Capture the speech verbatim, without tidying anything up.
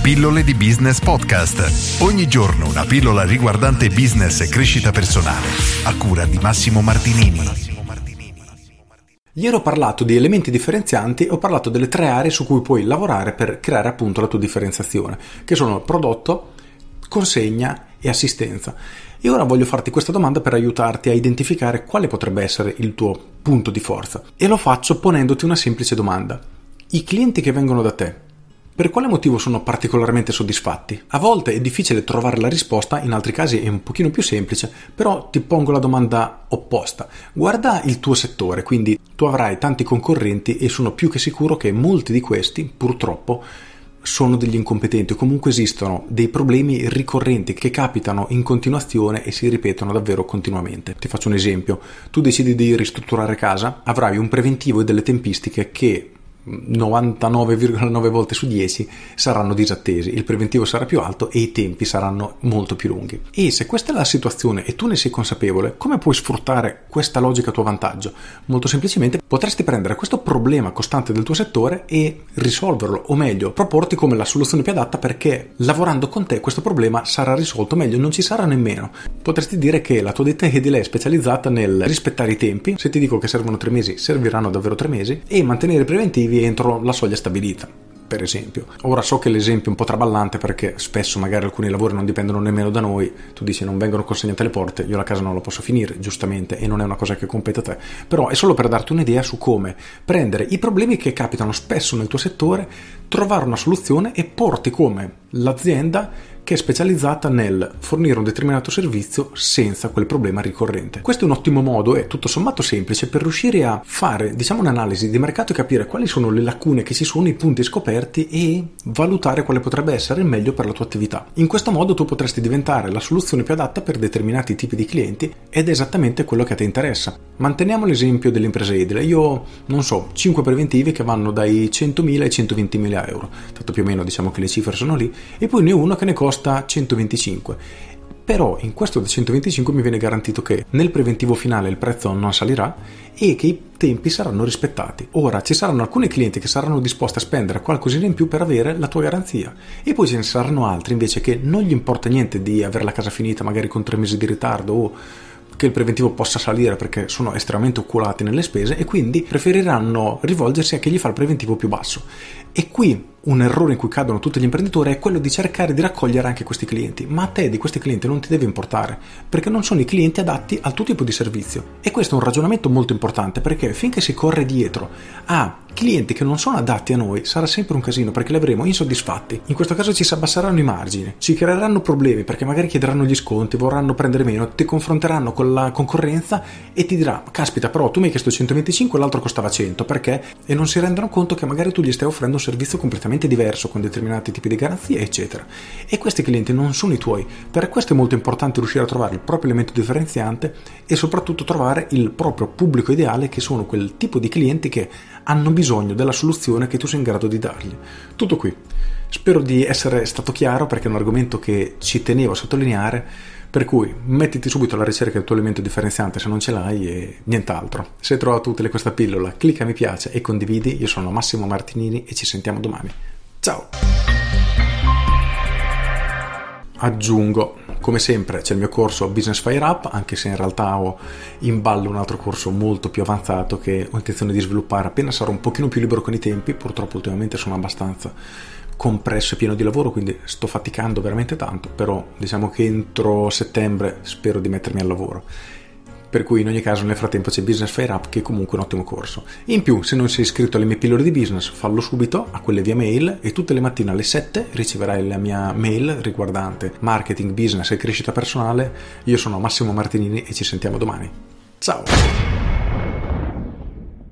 Pillole di Business Podcast. Ogni giorno una pillola riguardante business e crescita personale. A cura di Massimo Martinini. Ieri ho parlato di elementi differenzianti e ho parlato delle tre aree su cui puoi lavorare per creare appunto la tua differenziazione, che sono prodotto, consegna e assistenza. E ora voglio farti questa domanda per aiutarti a identificare quale potrebbe essere il tuo punto di forza. E lo faccio ponendoti una semplice domanda. I clienti che vengono da te, per quale motivo sono particolarmente soddisfatti? A volte è difficile trovare la risposta, in altri casi è un pochino più semplice, però ti pongo la domanda opposta. Guarda il tuo settore, quindi tu avrai tanti concorrenti e sono più che sicuro che molti di questi, purtroppo, sono degli incompetenti o comunque esistono dei problemi ricorrenti che capitano in continuazione e si ripetono davvero continuamente. Ti faccio un esempio. Tu decidi di ristrutturare casa, avrai un preventivo e delle tempistiche che novantanove virgola nove volte su dieci saranno disattesi, il preventivo sarà più alto e i tempi saranno molto più lunghi. E se questa è la situazione e tu ne sei consapevole, come puoi sfruttare questa logica a tuo vantaggio? Molto semplicemente potresti prendere questo problema costante del tuo settore e risolverlo, o meglio, proporti come la soluzione più adatta, perché lavorando con te questo problema sarà risolto meglio, non ci sarà nemmeno. Potresti dire che la tua ditta edile è specializzata nel rispettare i tempi. Se ti dico che servono tre mesi, serviranno davvero tre mesi, e mantenere i preventivi entro la soglia stabilita, per esempio. Ora so che l'esempio è un po' traballante, perché spesso magari alcuni lavori non dipendono nemmeno da noi. Tu dici non vengono consegnate le porte, io la casa non la posso finire, giustamente, e non è una cosa che compete a te, però è solo per darti un'idea su come prendere i problemi che capitano spesso nel tuo settore, trovare una soluzione e porti come l'azienda che è specializzata nel fornire un determinato servizio senza quel problema ricorrente. Questo è un ottimo modo e tutto sommato semplice per riuscire a fare, diciamo, un'analisi di mercato e capire quali sono le lacune che ci sono, i punti scoperti, e valutare quale potrebbe essere il meglio per la tua attività. In questo modo tu potresti diventare la soluzione più adatta per determinati tipi di clienti, ed è esattamente quello che a te interessa. Manteniamo l'esempio dell'impresa edile. Io non so, cinque preventivi che vanno dai centomila ai centoventimila euro, tanto più o meno diciamo che le cifre sono lì, e poi ne ho uno che ne costa centoventicinque. Però in questo da centoventicinque mi viene garantito che nel preventivo finale il prezzo non salirà e che i tempi saranno rispettati. Ora ci saranno alcuni clienti che saranno disposti a spendere qualcosina in più per avere la tua garanzia, e poi ce ne saranno altri invece che non gli importa niente di avere la casa finita magari con tre mesi di ritardo, o che il preventivo possa salire perché sono estremamente oculati nelle spese, e quindi preferiranno rivolgersi a chi gli fa il preventivo più basso. E qui un errore in cui cadono tutti gli imprenditori è quello di cercare di raccogliere anche questi clienti, ma a te di questi clienti non ti deve importare, perché non sono i clienti adatti al tuo tipo di servizio. E questo è un ragionamento molto importante, perché finché si corre dietro a clienti che non sono adatti a noi sarà sempre un casino, perché li avremo insoddisfatti. In questo caso ci si abbasseranno i margini, ci creeranno problemi perché magari chiederanno gli sconti, vorranno prendere meno, ti confronteranno con la concorrenza e ti dirà: caspita, però tu mi hai chiesto centoventicinque, l'altro costava cento, perché? E non si rendono conto che magari tu gli stai offrendo un servizio completamente diverso con determinati tipi di garanzie, eccetera. E questi clienti non sono i tuoi. Per questo è molto importante riuscire a trovare il proprio elemento differenziante e soprattutto trovare il proprio pubblico ideale, che sono quel tipo di clienti che hanno bisogno della soluzione che tu sei in grado di dargli. Tutto qui. Spero di essere stato chiaro, perché è un argomento che ci tenevo a sottolineare, per cui mettiti subito alla ricerca del tuo elemento differenziante se non ce l'hai, e nient'altro. Se hai trovato utile questa pillola, clicca mi piace e condividi. Io sono Massimo Martinini e ci sentiamo domani. Ciao! Aggiungo, come sempre c'è il mio corso Business Fire Up, anche se in realtà ho in ballo un altro corso molto più avanzato che ho intenzione di sviluppare appena sarò un pochino più libero con i tempi. Purtroppo ultimamente sono abbastanza compresso e pieno di lavoro, quindi sto faticando veramente tanto, però diciamo che entro settembre spero di mettermi al lavoro. Per cui in ogni caso nel frattempo c'è Business Fire Up, che è comunque un ottimo corso. In più, se non sei iscritto alle mie pillole di business, fallo subito, a quelle via mail, e tutte le mattine alle sette riceverai la mia mail riguardante marketing, business e crescita personale. Io sono Massimo Martinini e ci sentiamo domani. Ciao!